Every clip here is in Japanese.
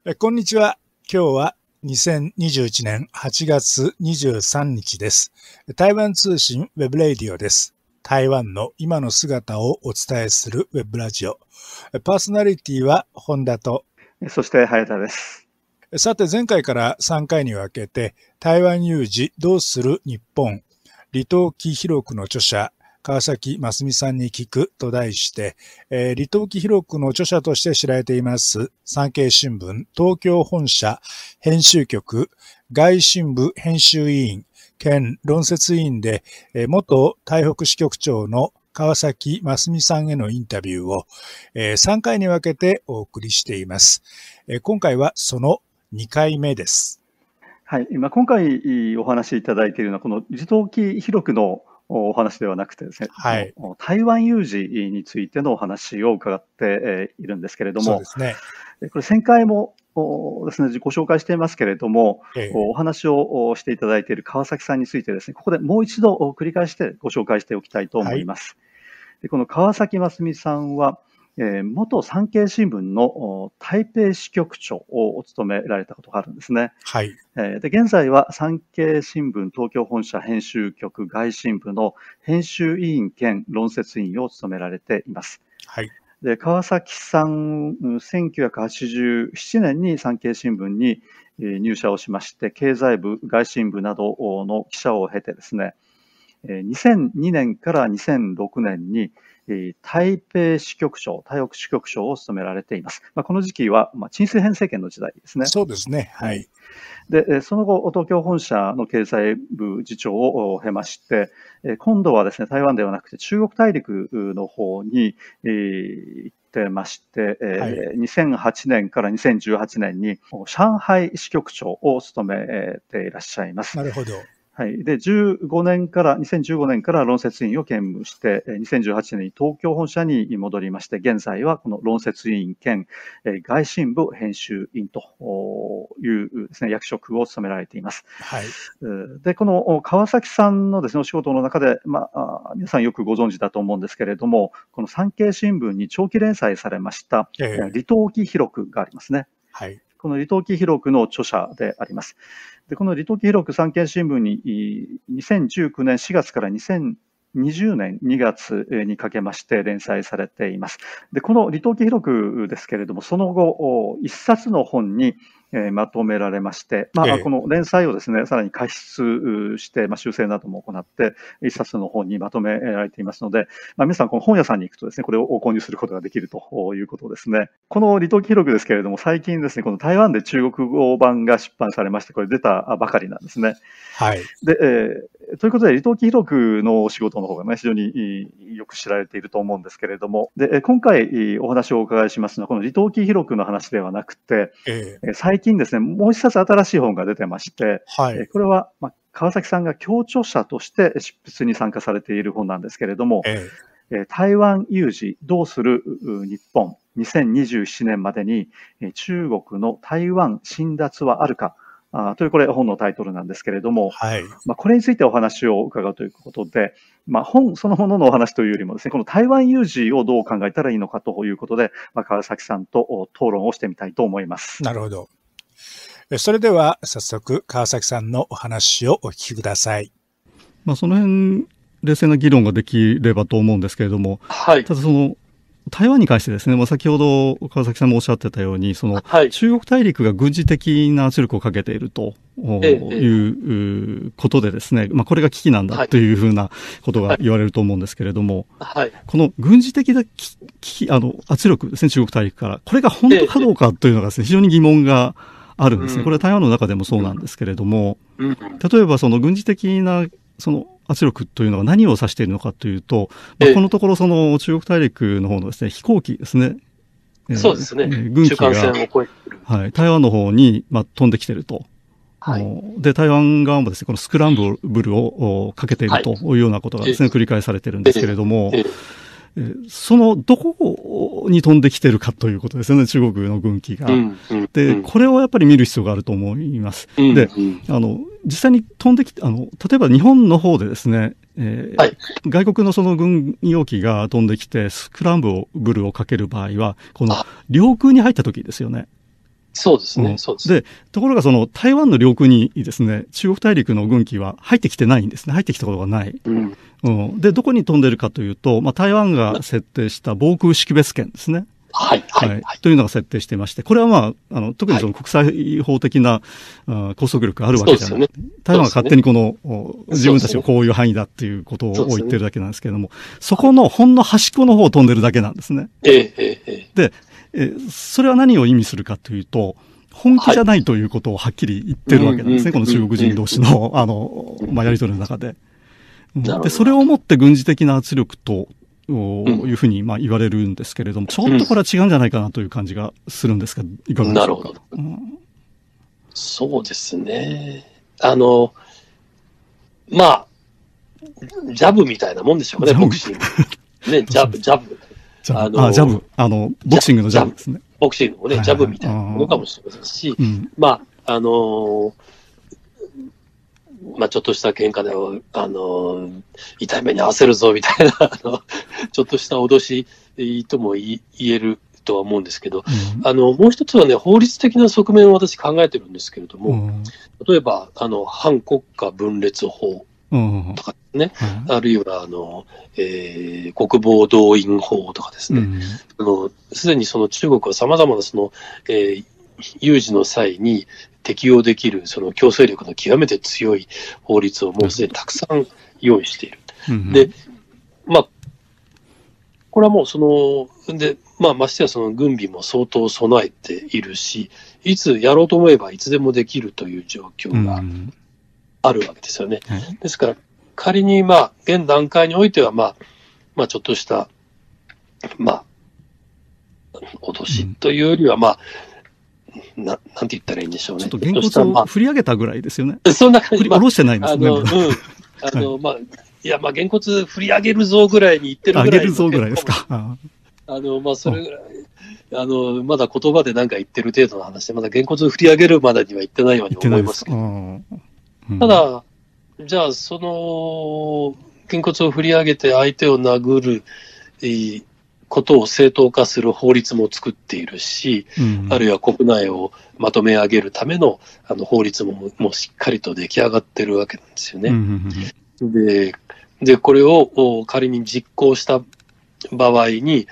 こんにちは。今日は2021年8月23日です。台湾通信ウェブレディオです。台湾の今の姿をお伝えするウェブラジオ。パーソナリティは本田と、 そして早田です。 さて前回から3回に分けて、台湾有事どうする日本、李登輝博の著者、川崎真澄さんに聞くと題して、李登輝博の著者として知られています産経新聞東京本社編集局外信部編集委員兼論説委員で、元台北支局長の川崎真澄さんへのインタビューを、3回に分けてお送りしています。今回はその2回目です。 はい、今回お話しいただいているのはこの李登輝博のお話ではなくてですね、 はい、 台湾有事についてのお話を伺っているんですけれども、 そうですね。 これ先回もですね、ご紹介していますけれども、お話をしていただいている川崎さんについてですね、ここでもう一度繰り返してご紹介しておきたいと思います。はい、でこの川崎真澄さんは、元産経新聞の台北支局長を務められたことがあるんですね。 はい。 で現在は産経新聞東京本社編集局外信部の編集委員兼論説委員を務められています。 はい。 で川崎さん、1987年に産経新聞に入社をしまして、経済部、外信部などの記者を経てですね、2002年から2006年に台北支局長、台北支局長を務められています。この時期は陳水扁政権の時代ですね。 そうですね。はい。 で、その後、東京本社の経済部次長を経まして、今度はですね、台湾ではなくて中国大陸の方に行ってまして、はい、2008年から2018年に上海支局長を務めていらっしゃいます。 なるほど。 はい。で、2015年から論説委員を兼務して、2018年に東京本社に戻りまして、現在はこの論説委員兼外信部編集員というですね、役職を務められています。 はい。 で、この川崎さんのですね、お仕事の中で、皆さんよくご存知だと思うんですけれども、この産経新聞に長期連載されました、李登輝博がありますね。 はい。 この李登輝博の著者であります。でこの李登輝博産経新聞に2019年4月から2020年2月にかけまして連載されています。でこの李登輝博ですけれども、その後一冊の本にまとめられまして、この連載をですね、さらに加筆して、修正なども行って、一冊の本にまとめられていますので、皆さん、この本屋さんに行くとですね、これを購入することができるということですね。この李登輝博ですけれども、最近ですね、この台湾で中国語版が出版されまして、これ出たばかりなんですね。 はい。 で、ということで、李登輝博のお仕事の方がね、非常によく知られていると思うんですけれども、で、今回お話をお伺いしますのは、この李登輝博の話ではなくて、最近ですね、もう一冊新しい本が出てまして、はい、これは、川崎さんが共著者として執筆に参加されている本なんですけれども、台湾有事どうする日本2027年までに中国の台湾侵奪はあるかというこれ本のタイトルなんですけれども、はい、これについてお話を伺うということで、本そのもののお話というよりもですね、この台湾有事をどう考えたらいいのかということで、川崎さんと討論をしてみたいと思います。 なるほど。それでは早速川崎さんのお話をお聞きください。 その辺冷静な議論ができればと思うんですけれども、はい、ただその台湾に関してですね、先ほど川崎さんもおっしゃってたように、はい、中国大陸が軍事的な圧力をかけているということでですね、これが危機なんだというふうなことが言われると思うんですけれども、はい、この軍事的な圧力ですね、中国大陸から、これが本当かどうかというのがですね、非常に疑問があるんですね。これは台湾の中でもそうなんですけれども、例えばその軍事的な圧力というのが何を指しているのかというと、このところその中国大陸の方のですね、飛行機ですね。 そうですね。 軍機が、はい、台湾の方に、飛んできていると。はい、で、台湾側もですね、このスクランブルをかけているというようなことがですね、繰り返されているんですけれども、そのどこに飛んできてるかということですよね、中国の軍機が。で、これをやっぱり見る必要があると思います。で、実際に飛んできて、例えば日本の方でですね、はい、外国のその軍用機が飛んできてスクランブルをかける場合は、この領空に入った時ですよね。 そうですね、そうです。 で、ところがその台湾の領空にですね、中国大陸の軍機は入ってきてないんですね。入ってきたことがない。で、どこに飛んでるかというと、台湾が設定した防空識別圏ですね。というのが設定していまして、これは特にその国際法的な、拘束力があるわけじゃない。台湾が勝手に自分たちがこういう範囲だっていうことを言ってるだけなんですけれども、そこのほんの端っこの方を飛んでるだけなんですね。で、それは何を意味するかというと、本気じゃないということをはっきり言ってるわけなんですね。この中国人同士の、やり取りの中で。で、それをもって軍事的な圧力と、いうふうに言われるんですけれども、ちょっとこれは違うんじゃないかなという感じがするんですが、いかがでしょうか。なるほど。 そうですね。ジャブみたいなもんでしょうね、ボクシング。ね、ジャブ。 ジャブ。ボクシングのジャブですね。 ボクシングもね、ジャブみたいなものかもしれませんし、ちょっとした喧嘩では、痛い目に合わせるぞみたいな、ちょっとした脅しとも言えるとは思うんですけど、もう一つはね、法律的な側面を私考えてるんですけれども、例えば、反国家分裂法とかですね、あるいは、国防動員法とかですね、すでにその中国は様々なその、有事の際に適用できるその強制力の極めて強い法律をもうすでにたくさん用意している。で、これはもうましてやその軍備も相当備えているし、いつやろうと思えばいつでもできるという状況があるわけですよね。ですから、仮に現段階においてはちょっとした、脅しというよりはなんて言ったらいいんでしょうね。 ちょっとげんこつを振り上げたぐらいですよね。 そんな感じ。 下ろしてないんですね。 げんこつ振り上げるぞぐらいに言ってるぐらい。 上げるぞぐらいですか。 それぐらい、まだ言葉で何か言ってる程度の話で、まだげんこつ振り上げるまでには言ってないように思いますけど。ただ、じゃあ、げんこつを振り上げて相手を殴る、ことを正当化する法律も作っているし、あるいは国内をまとめ上げるための法律もしっかりと出来上がってるわけなんですよね。で、これを仮に実行した場合に、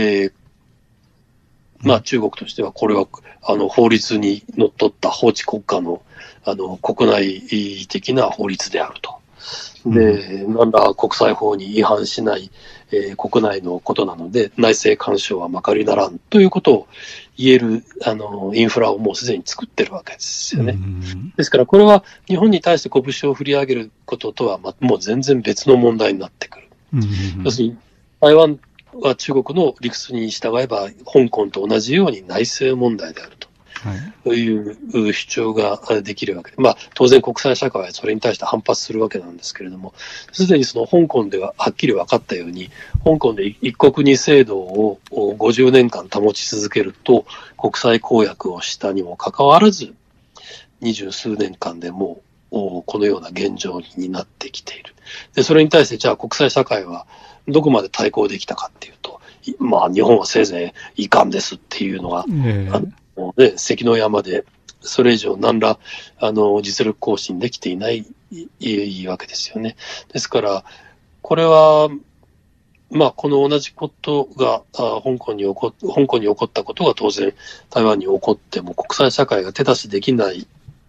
中国としてはこれは法律にのっとった法治国家の国内的な法律であると。で、なんだ国際法に違反しない、国内のことなので、内政干渉はまかりならんということを言える、インフラをもうすでに作ってるわけですよね。ですから、これは日本に対して拳を振り上げることとは、もう全然別の問題になってくる。要するに、台湾は中国の理屈に従えば、香港と同じように内政問題であると。という主張ができるわけで、当然国際社会はそれに対して反発するわけなんですけれども、すでにその香港でははっきり分かったように、香港で一国二制度を50年間保ち続けると、国際公約をしたにもかかわらず、20数年間でもこのような現状になってきている。で、それに対してじゃあ国際社会はどこまで対抗できたかっていうと、日本はせいぜい遺憾ですっていうのが、関の山で、それ以上何ら、実力行使できていないわけですよね。ですから、これは、この同じことが、香港に起こったことが当然、台湾に起こっても、国際社会が手出しできない、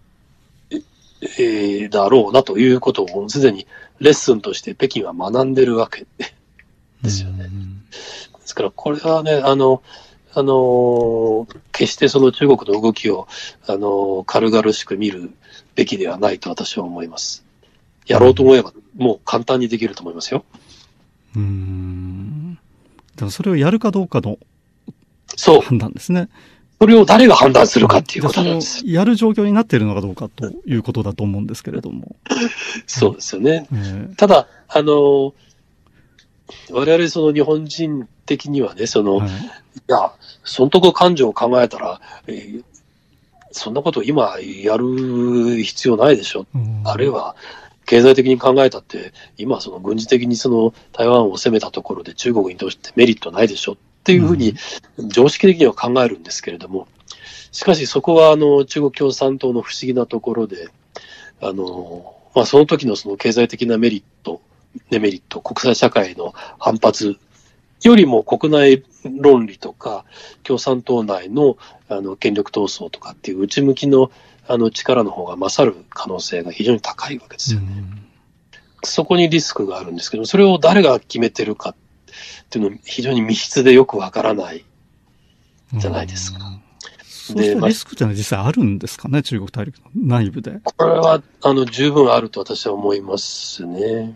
だろうなということを、すでにレッスンとして北京は学んでるわけですよね。ですから、これはね、決してその中国の動きを、軽々しく見るべきではないと私は思います。やろうと思えば、もう簡単にできると思いますよ。 でもそれをやるかどうかの判断ですね。 それを誰が判断するかっていうことなんです。 やる状況になっているのかどうかということだと思うんですけれども。 そうですよね。ただ、我々その日本人的にはね、いや、そのとこ感情を考えたら、そんなこと今やる必要ないでしょ。あるいは、経済的に考えたって、今その軍事的にその台湾を攻めたところで中国にとってメリットないでしょっていうふうに常識的には考えるんですけれども、 しかしそこは中国共産党の不思議なところで、その時のその経済的なメリット、デメリット、国際社会の反発よりも国内論理とか、共産党内の権力闘争とかっていう内向きの力の方が勝る可能性が非常に高いわけですよね。そこにリスクがあるんですけど、それを誰が決めてるかっていうの非常に密室でよくわからないじゃないですか。 そうしたリスクってのは実際あるんですかね、中国大陸の内部で。 これは十分あると私は思いますね。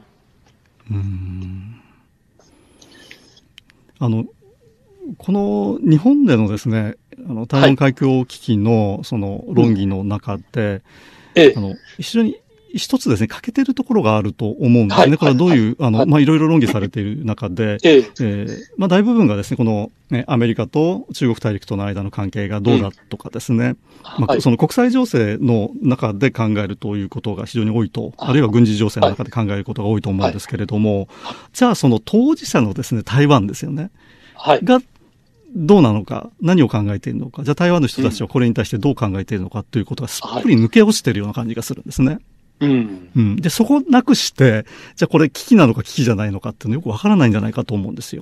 この日本でのですね、台湾海峡危機のその論議の中で、非常に一つですね、欠けてるところがあると思うんですね。これはどういう、いろいろ論議されている中で、大部分がですね、この、アメリカと中国大陸との間の関係がどうだとかですね、その国際情勢の中で考えるということが非常に多いと、あるいは軍事情勢の中で考えることが多いと思うんですけれども、じゃあその当事者のですね、台湾ですよね、が、どうなのか、何を考えているのか、じゃあ台湾の人たちはこれに対してどう考えているのかということがすっぽり抜け落ちているような感じがするんですね。で、そこなくして、じゃあこれ危機なのか危機じゃないのかっていうのよくわからないんじゃないかと思うんですよ。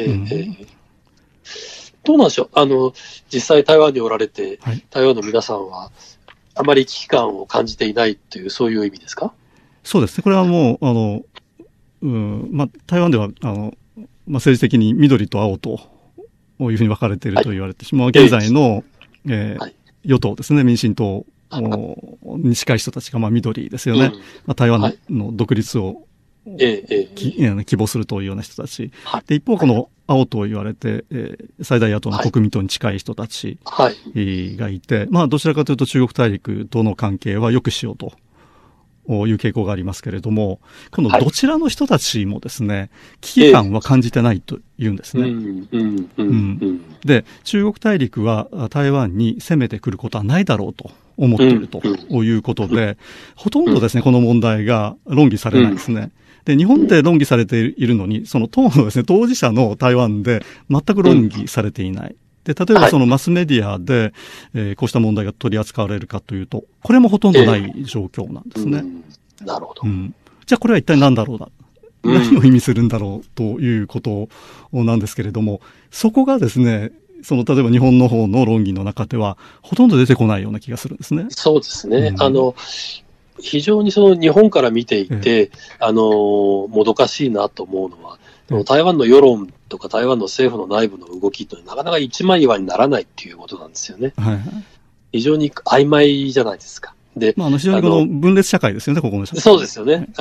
どうなんでしょう。実際台湾におられて、台湾の皆さんはあまり危機感を感じていないという、そういう意味ですか？ そうですね。これはもう、台湾では、政治的に緑と青というふうに分かれていると言われてしまう、現在の、与党ですね、民進党に近い人たちが緑ですよね。台湾の独立を、希望するというような人たち。で、一方この青と言われて、最大野党の国民党に近い人たちがいて、どちらかというと中国大陸との関係は良くしようという傾向がありますけれども、このどちらの人たちもですね、危機感は感じてないと言うんですね。で、中国大陸は台湾に攻めてくることはないだろうと思っているということで、ほとんどですね、この問題が論議されないですね。で、日本で論議されているのに、その党のですね、当事者の台湾で全く論議されていない。で、例えばそのマスメディアで、こうした問題が取り扱われるかというと、これもほとんどない状況なんですね。 なるほど。 じゃあこれは一体何だろうだ。何を意味するんだろうということなんですけれども、そこがですね、例えば日本の方の論議の中では、ほとんど出てこないような気がするんですね。 そうですね。非常に日本から見ていて、もどかしいなと思うのは、台湾の世論とか台湾の政府の内部の動きというのはなかなか一枚岩にならないっていうことなんですよね。非常に曖昧じゃないですか。で、 非常にこの分裂社会ですよね、ここの社会。 そうですよね。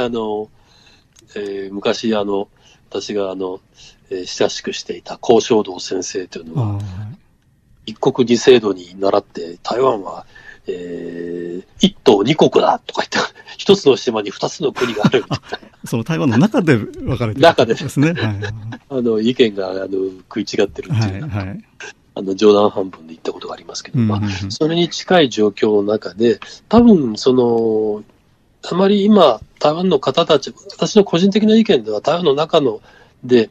昔私が親しくしていた高正道先生というのは、一国二制度に倣って台湾は一島二国だとか言って、一つの島に二つの国があるみたいな。 その台湾の中で分かれてるんですね。 意見が食い違ってるっていう、冗談半分で言ったことがありますけど、それに近い状況の中で、多分あまり今、台湾の方たち、私の個人的な意見では、台湾の中で、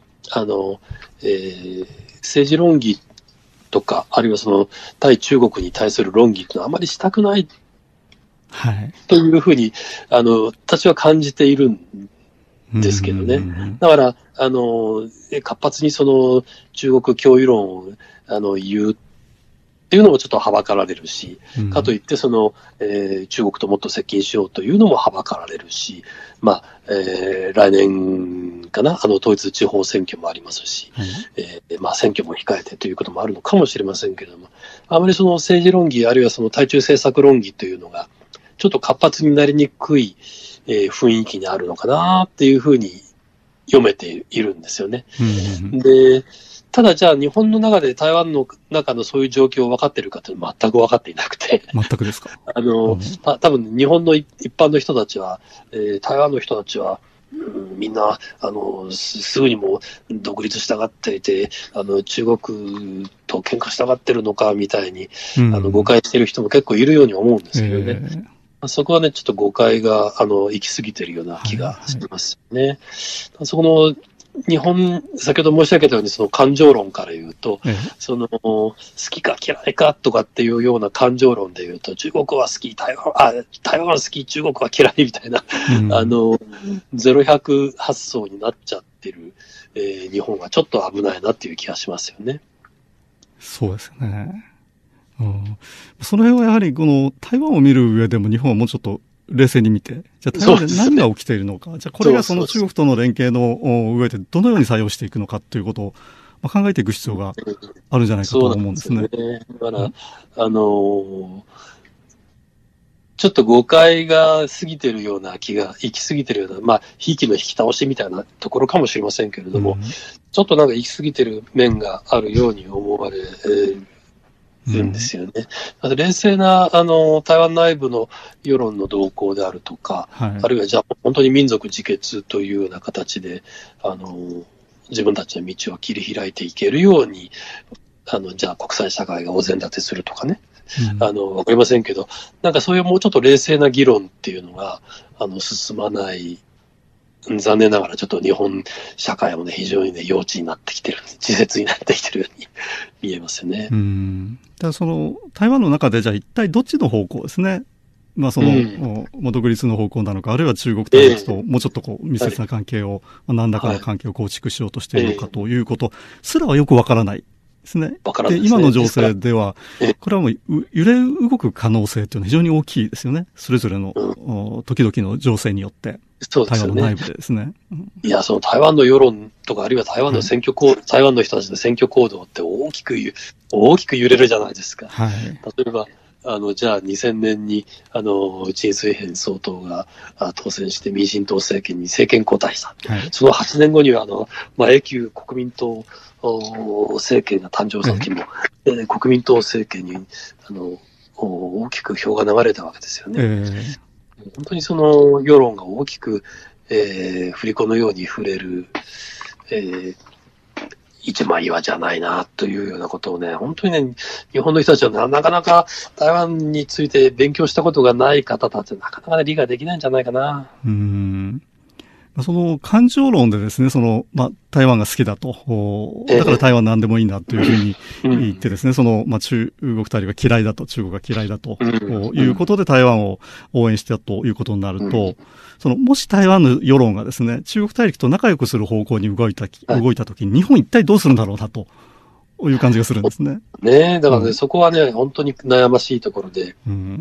政治論議とか、あるいは対中国に対する論議というのはあまりしたくない、というふうに、私は感じているんですけどね。だから、活発に中国脅威論を言うっていうのもちょっとはばかられるし、かといって中国ともっと接近しようというのもはばかられるし、来年かな、統一地方選挙もありますし、選挙も控えてということもあるのかもしれませんけれども、あまり政治論議、あるいは対中政策論議というのが、ちょっと活発になりにくい、雰囲気にあるのかなっていうふうに読めているんですよね。で、ただじゃあ日本の中で台湾の中のそういう状況を分かっているかというのは全く分かっていなくて。 全くですか。 多分日本の一般の人たちは、台湾の人たちは、みんな、すぐにも独立したがっていて、中国と喧嘩したがってるのかみたいに、誤解している人も結構いるように思うんですけどね。そこはね、ちょっと誤解が、行き過ぎているような気がしますね。そこの、 日本、先ほど申し上げたように、その感情論から言うと、その、好きか嫌いかとかっていうような感情論で言うと、中国は好き、台湾は好き、中国は嫌いみたいな、0-100発想になっちゃってる、日本はちょっと危ないなっていう気がしますよね。 そうですね。その辺はやはり、この台湾を見る上でも日本はもうちょっと冷静に見て、じゃあ台湾で何が起きているのか、じゃあこれがその中国との連携の上でどのように作用していくのかということを考えていく必要があるんじゃないかと思うんですね。 そうですね。だから、ちょっと誤解が過ぎてるような気が、行き過ぎてるような、ひいきの引き倒しみたいなところかもしれませんけれども、ちょっとなんか行き過ぎてる面があるように思われるんですよね。冷静な、台湾内部の世論の動向であるとか、あるいはじゃあ本当に民族自決というような形で、自分たちの道を切り開いていけるように、じゃあ国際社会がお膳立てするとかね。わかりませんけど、なんかそういうもうちょっと冷静な議論っていうのが、進まない。残念ながらちょっと日本社会もね、非常にね、幼稚になってきてる、稚拙になってきてるように見えますよね。 だからその、台湾の中でじゃあ一体どっちの方向ですね。独立の方向なのか、あるいは中国大陸ともうちょっとこう密接な関係を、何らかの関係を構築しようとしているのかということすらはよくわからないですね。で、今の情勢では、これはもう揺れ動く可能性というのは非常に大きいですよね。それぞれの、時々の情勢によって。 そうですよね。 台湾の内部でですね。 いや、その台湾の世論とか、あるいは台湾の台湾の人たちの選挙行動って大きく揺れるじゃないですか。例えば、じゃあ2000年に、陳水扁総統が当選して民進党政権に政権交代した。その8年後には、永久国民党政権が誕生した時も、国民党政権に、大きく票が流れたわけですよね。本当にその世論が大きく、振り子のように触れる、一枚岩じゃないなというようなことをね、本当にね、日本の人たちはなかなか台湾について勉強したことがない方たちはなかなか、ね、理解できないんじゃないかな。 その感情論でですね、台湾が好きだと、だから台湾なんでもいいんだというふうに言ってですね、中国大陸が嫌いだと、中国が嫌いだということで台湾を応援したということになると、もし台湾の世論がですね、中国大陸と仲良くする方向に動いたときに、日本一体どうするんだろうなという感じがするんですね。 だからね、そこはね、本当に悩ましいところで、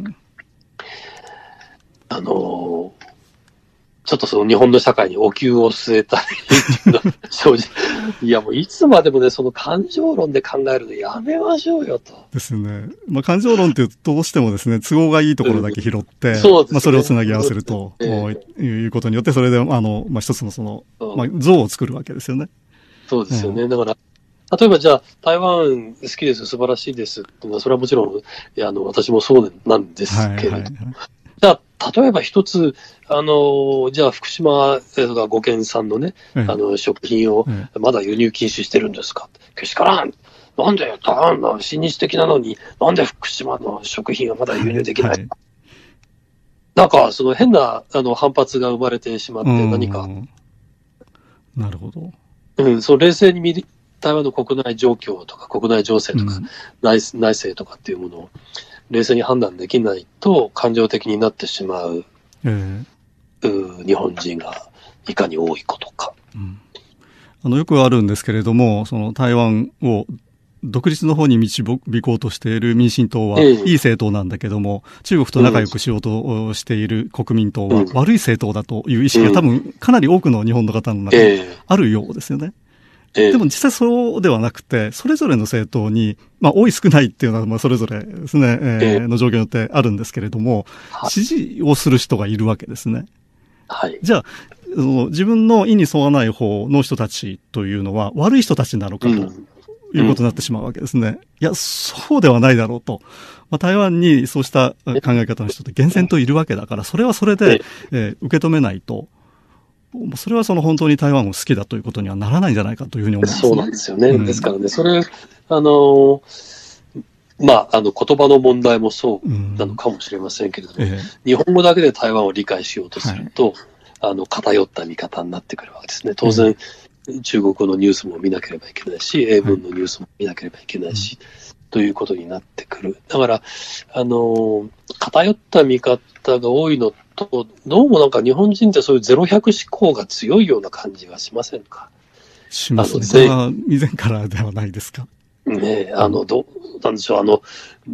ちょっとその日本の社会にお灸を据えたいっていうのは正直。いやもういつまでもね、その感情論で考えるのやめましょうよと。 ですね。感情論ってどうしてもですね、都合がいいところだけ拾って、 それをつなぎ合わせると、いうことによって、それで、一つの像を作るわけですよね。 そうですよね。だから、例えばじゃあ、台湾好きです、素晴らしいですっていうのは、それはもちろん、私もそうなんですけれど。じゃあ、例えば一つ、じゃあ福島とか五県産のね、食品をまだ輸入禁止してるんですか、けしからん。なんで台湾の親日的なのに、なんで福島の食品はまだ輸入できない、なんか、その変な、反発が生まれてしまって、何か。 なるほど。 そう、冷静に台湾の国内状況とか、国内情勢とか、内政とかっていうものを、冷静に判断できないと感情的になってしまう、日本人がいかに多いことか。 よくあるんですけれども、台湾を独立の方に導こうとしている民進党はいい政党なんだけども、中国と仲良くしようとしている国民党は悪い政党だという意識が多分かなり多くの日本の方の中にあるようですよね。でも実際そうではなくて、それぞれの政党に、多い少ないっていうのは、それぞれですね、の状況によってあるんですけれども、支持をする人がいるわけですね。じゃあ、自分の意に沿わない方の人たちというのは悪い人たちなのかということになってしまうわけですね。いや、そうではないだろうと。台湾にそうした考え方の人って厳然といるわけだから、それはそれで、受け止めないと、それは本当に台湾を好きだということにはならないんじゃないかというふうに思います、ね。 そうなんですよね。ですからね、それ、言葉の問題もそうなのかもしれませんけれども、日本語だけで台湾を理解しようとすると、偏った見方になってくるわけですね。当然、 中国語のニュースも見なければいけないし、英文のニュースも見なければいけないし、ということになってくる。だから、偏った見方が多いのと、どうもなんか日本人ってそういう0-100思考が強いような感じがしませんか？ しますね。それは以前からではないですか。 ねえ、どうなんでしょう、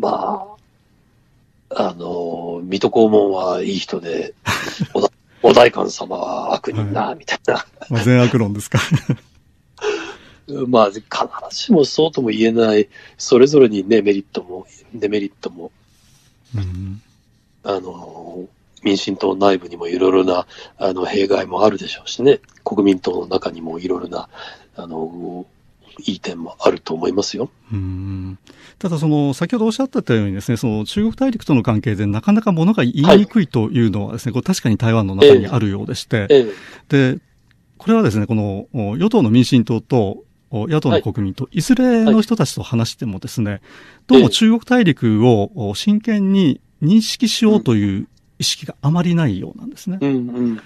水戸黄門はいい人で、お代官様は悪人だ、みたいな。 善悪論ですか。 まあ、必ずしもそうとも言えない、それぞれにね、メリットも、デメリットも、民進党内部にもいろいろな、弊害もあるでしょうしね、国民党の中にもいろいろな、いい点もあると思いますよ。 ただ、先ほどおっしゃってたようにですね、中国大陸との関係でなかなか物が言いにくいというのはですね、これ確かに台湾の中にあるようでして、で、これはですね、この与党の民進党と野党の国民といずれの人たちと話してもですね、どうも中国大陸を真剣に認識しようという意識があまりないようなんですね。例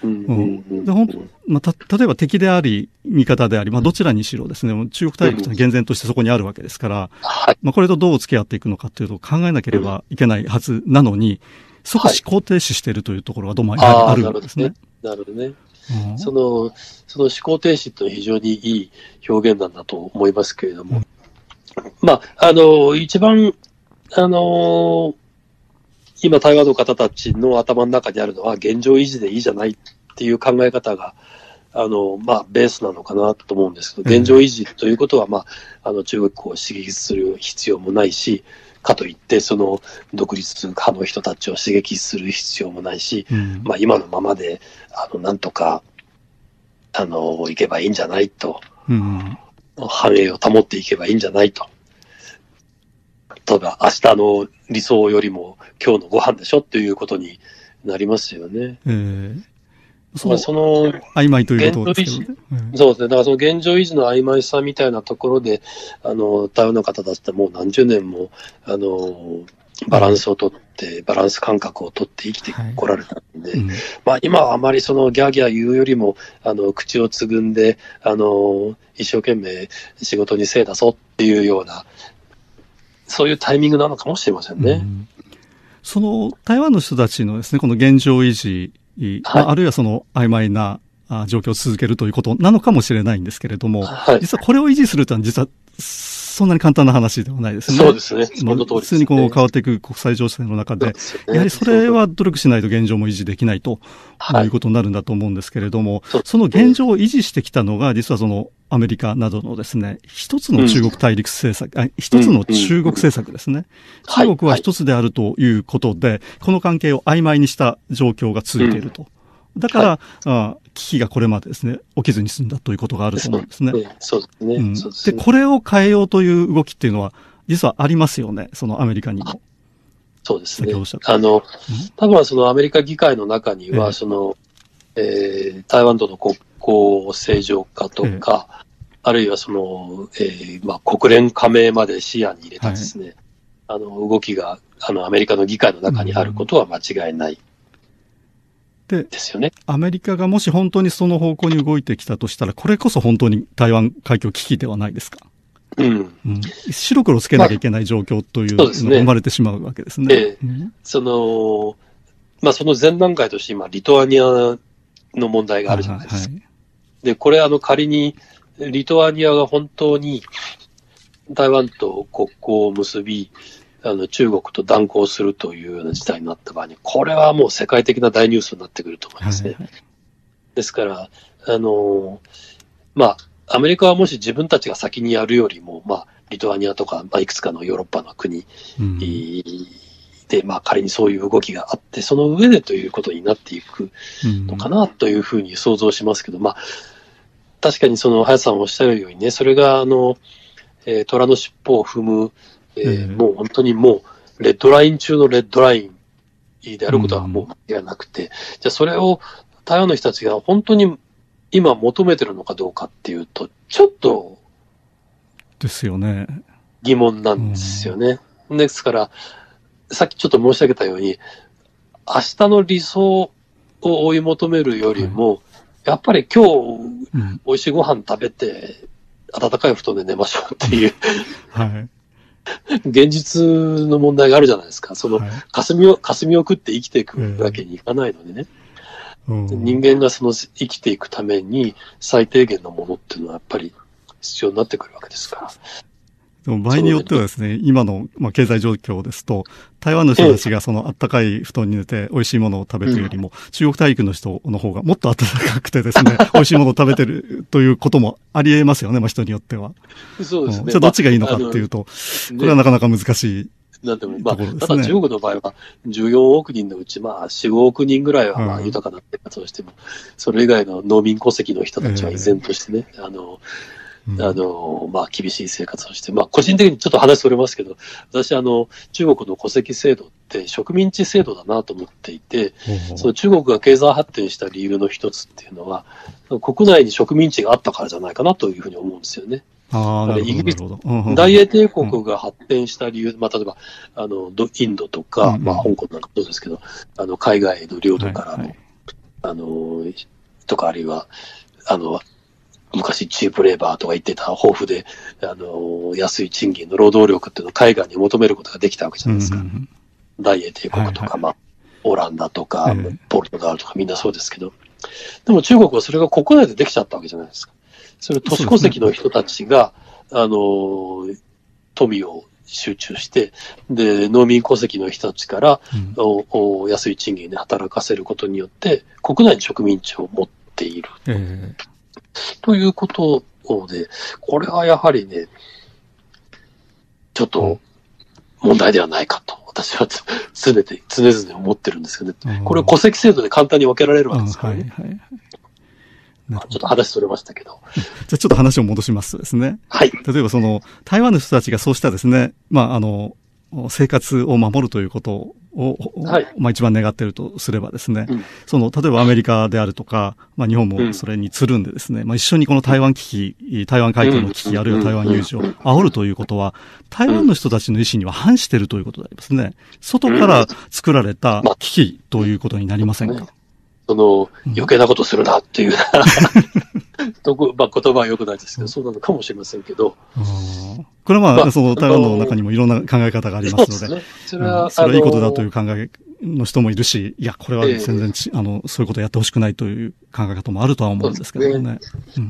えば敵であり、味方であり、どちらにしろですね、中国大陸というのは厳然としてそこにあるわけですから、これとどう付き合っていくのかというと考えなければいけないはずなのに、そこ思考停止しているというところがどうもあるんですね。 なるほどね。その思考停止というのは非常にいい表現なんだと思いますけれども、一番、今台湾の方たちの頭の中にあるのは現状維持でいいじゃないっていう考え方が、ベースなのかなと思うんですけど、現状維持ということは、中国を刺激する必要もないし、かといって、独立派の人たちを刺激する必要もないし、今のままで、なんとか、いけばいいんじゃないと、繁栄を保っていけばいいんじゃないと。例えば、明日の理想よりも今日のご飯でしょっていうことになりますよね。 曖昧ということですけどね。 そうですね。だからその現状維持の曖昧さみたいなところで、台湾の方たちってもう何十年も、バランスをとって、バランス感覚をとって生きてこられたんで、今はあまりギャーギャー言うよりも、口をつぐんで、一生懸命仕事に精出そうっていうような、そういうタイミングなのかもしれませんね。 台湾の人たちのですね、この現状維持、あるいは曖昧な状況を続けるということなのかもしれないんですけれども、実はこれを維持するというのは実はそんなに簡単な話ではないですね。 そうですね。その通りですね。 普通に変わっていく国際情勢の中で、やはりそれは努力しないと現状も維持できないということになるんだと思うんですけれども、その現状を維持してきたのが、実はアメリカなどのですね、一つの中国大陸政策、一つの中国政策ですね。中国は一つであるということで、この関係を曖昧にした状況が続いていると。だから、危機がこれまでですね、起きずに済んだということがあると思うんですね。 そうですね。 で、これを変えようという動きっていうのは、実はありますよね、アメリカにも。 そうですね。多分はアメリカ議会の中には、台湾との国交正常化とか、あるいは国連加盟まで視野に入れたですね、動きが、アメリカの議会の中にあることは間違いない。ですよね。 アメリカがもし本当にその方向に動いてきたとしたら、これこそ本当に台湾海峡危機ではないですか。白黒つけなきゃいけない状況というのが生まれてしまうわけですね。 その前段階として今、リトアニアの問題があるじゃないですか。で、これ仮にリトアニアが本当に台湾と国交を結び、中国と断交するというような事態になった場合に、これはもう世界的な大ニュースになってくると思いますね。ですから、アメリカはもし自分たちが先にやるよりも、リトアニアとか、いくつかのヨーロッパの国で、仮にそういう動きがあって、その上でということになっていくのかなというふうに想像しますけど、確かに林さんおっしゃるようにね、それが虎の尻尾を踏む、もう本当にもう、レッドライン中のレッドラインであることはもう間違いなくて、じゃあそれを台湾の人たちが本当に今求めてるのかどうかっていうと、ちょっと、 ですよね。 疑問なんですよね。ですから、さっきちょっと申し上げたように、明日の理想を追い求めるよりも、 やっぱり今日、美味しいご飯食べて、暖かい布団で寝ましょうっていう、はい、現実の問題があるじゃないですか。その、霞を食って生きていくわけにいかないのでね。人間がその生きていくために最低限のものっていうのはやっぱり必要になってくるわけですから。 でも場合によってはですね、今の、経済状況ですと、台湾の人たちがその暖かい布団に寝て美味しいものを食べるよりも、中国大陸の人の方がもっと暖かくてですね、美味しいものを食べてるということもあり得ますよね、人によっては。 そうですね。 じゃあどっちがいいのかっていうと、これはなかなか難しい。 なんでも、ただ中国の場合は14億人のうち、4、5億人ぐらいは豊かな生活をしても、それ以外の農民戸籍の人たちは依然としてね、厳しい生活をして、個人的にちょっと話それますけど、私、中国の戸籍制度って植民地制度だなと思っていて、その中国が経済発展した理由の一つっていうのは、国内に植民地があったからじゃないかなというふうに思うんですよね。イギリス、大英帝国が発展した理由、例えば、インドとか、香港なんかそうですけど、海外の領土からの、とか、あるいは、昔チープレーバーとか言ってた豊富で、安い賃金の労働力っていうのを海外に求めることができたわけじゃないですか。大英帝国とか、オランダとか、ポルトガルとかみんなそうですけど、でも中国はそれが国内でできちゃったわけじゃないですか。それ都市戸籍の人たちが、富を集中して、で、農民戸籍の人たちから、安い賃金で働かせることによって、国内に植民地を持っている。ということで、これはやはりね、ちょっと問題ではないかと、私は常々思ってるんですけどね。これ戸籍制度で簡単に分けられるわけですからね。ちょっと話それましたけど。 じゃあちょっと話を戻しますとですね。 はい。 例えば台湾の人たちがそうしたですね、生活を守るということを、一番願っているとすればですね、例えばアメリカであるとか、日本もそれにつるんでですね、一緒にこの台湾海峡の危機、あるいは台湾有事を煽るということは、台湾の人たちの意思には反しているということでありますね。外から作られた危機ということになりませんか？ 余計なことするなっていう、言葉は良くないですけど、そうなのかもしれませんけど。 これは台湾の中にもいろんな考え方がありますので、それはいいことだという考えの人もいるし、いや、これは全然そういうことをやってほしくないという考え方もあるとは思うんですけどね。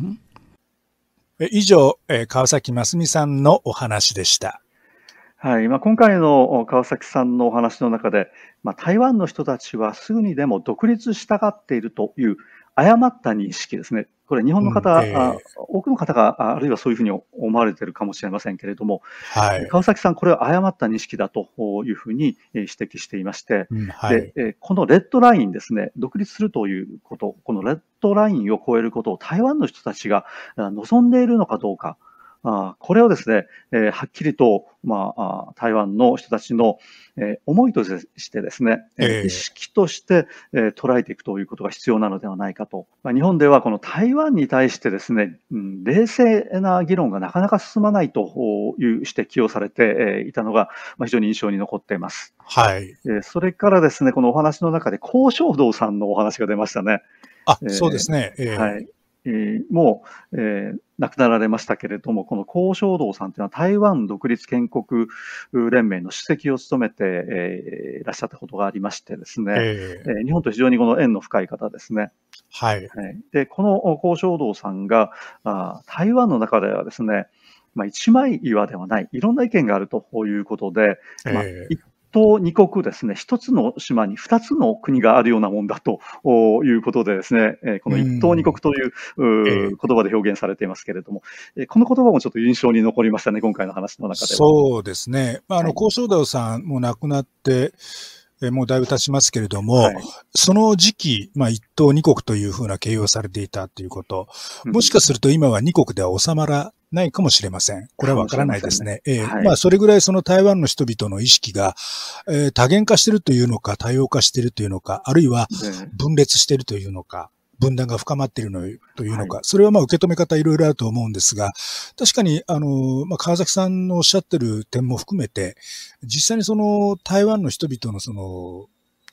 以上、川崎真澄さんのお話でした。 はい。今回の川崎さんのお話の中で、台湾の人たちはすぐにでも独立したがっているという誤った認識ですね。これ日本の方、多くの方があるいはそういうふうに思われているかもしれませんけれども、川崎さん、これは誤った認識だというふうに指摘していまして、でこのレッドラインですね、独立するということ、このレッドラインを超えることを台湾の人たちが望んでいるのかどうか、これをですね、はっきりと、台湾の人たちの、思いとしてですね、意識として、捉えていくということが必要なのではないかと。日本ではこの台湾に対してですね、冷静な議論がなかなか進まないという指摘をされていたのが、非常に印象に残っています。 はい。 それからですね、このお話の中で鮑昌堂さんのお話が出ましたね。 そうですね。 はい。もう、亡くなられましたけれども、この鮑昌堂さんというのは台湾独立建国連盟の主席を務めて、いらっしゃったことがありましてですね、日本と非常にこの縁の深い方ですね。 はい。 で、この鮑昌堂さんが台湾の中ではですね、一枚岩ではない、いろんな意見があるということで、一島二国ですね、一つの島に二つの国があるようなもんだということでですね、この一島二国という言葉で表現されていますけれども、この言葉もちょっと印象に残りましたね、今回の話の中では。 そうですね。鮑昌堂さんも亡くなって、もうだいぶ経ちますけれども、その時期、一島二国というふうな形容されていたということ、もしかすると今は二国では収まらないかもしれません。これはわからないですね。それぐらいその台湾の人々の意識が、多元化しているというのか、多様化しているというのか、あるいは分裂しているというのか、分断が深まっているというのか、それは受け止め方いろいろあると思うんですが、確かに、川崎さんのおっしゃってる点も含めて、実際にその台湾の人々のその意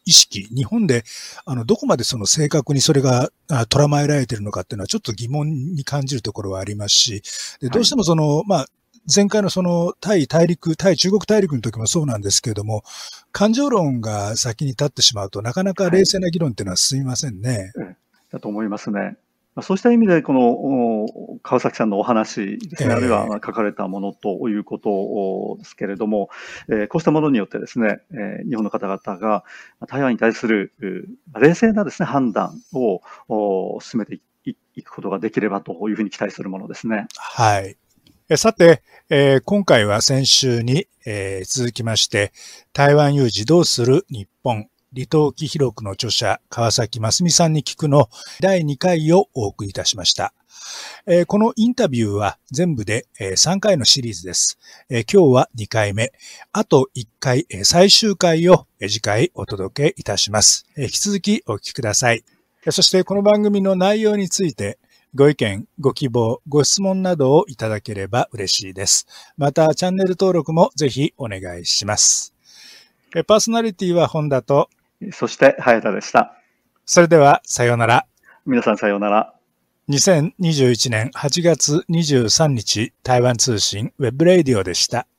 意識、日本でどこまでその正確にそれが捉まえられているのかっていうのはちょっと疑問に感じるところはありますし、でどうしても前回のその対中国大陸の時もそうなんですけれども、感情論が先に立ってしまうとなかなか冷静な議論っていうのは進みませんね。 だと思いますね。そうした意味で、この川崎さんのお話ですね、あるいは書かれたものということですけれども、こうしたものによってですね、日本の方々が台湾に対する冷静なですね、判断を進めていくことができればというふうに期待するものですね。 はい。さて、今回は先週に、続きまして、台湾有事どうする日本、李登輝博句の著者、川崎真澄さんに聞くの第2回をお送りいたしました。このインタビューは全部で3回のシリーズです。今日は2回目。あと1回、最終回を次回お届けいたします。引き続きお聞きください。そしてこの番組の内容について、ご意見、ご希望、ご質問などをいただければ嬉しいです。また、チャンネル登録もぜひお願いします。パーソナリティは本田と、 そして早田でした。 それでは、さようなら。 皆さんさようなら。 2021年8月23日、台湾通信ウェブレディオでした。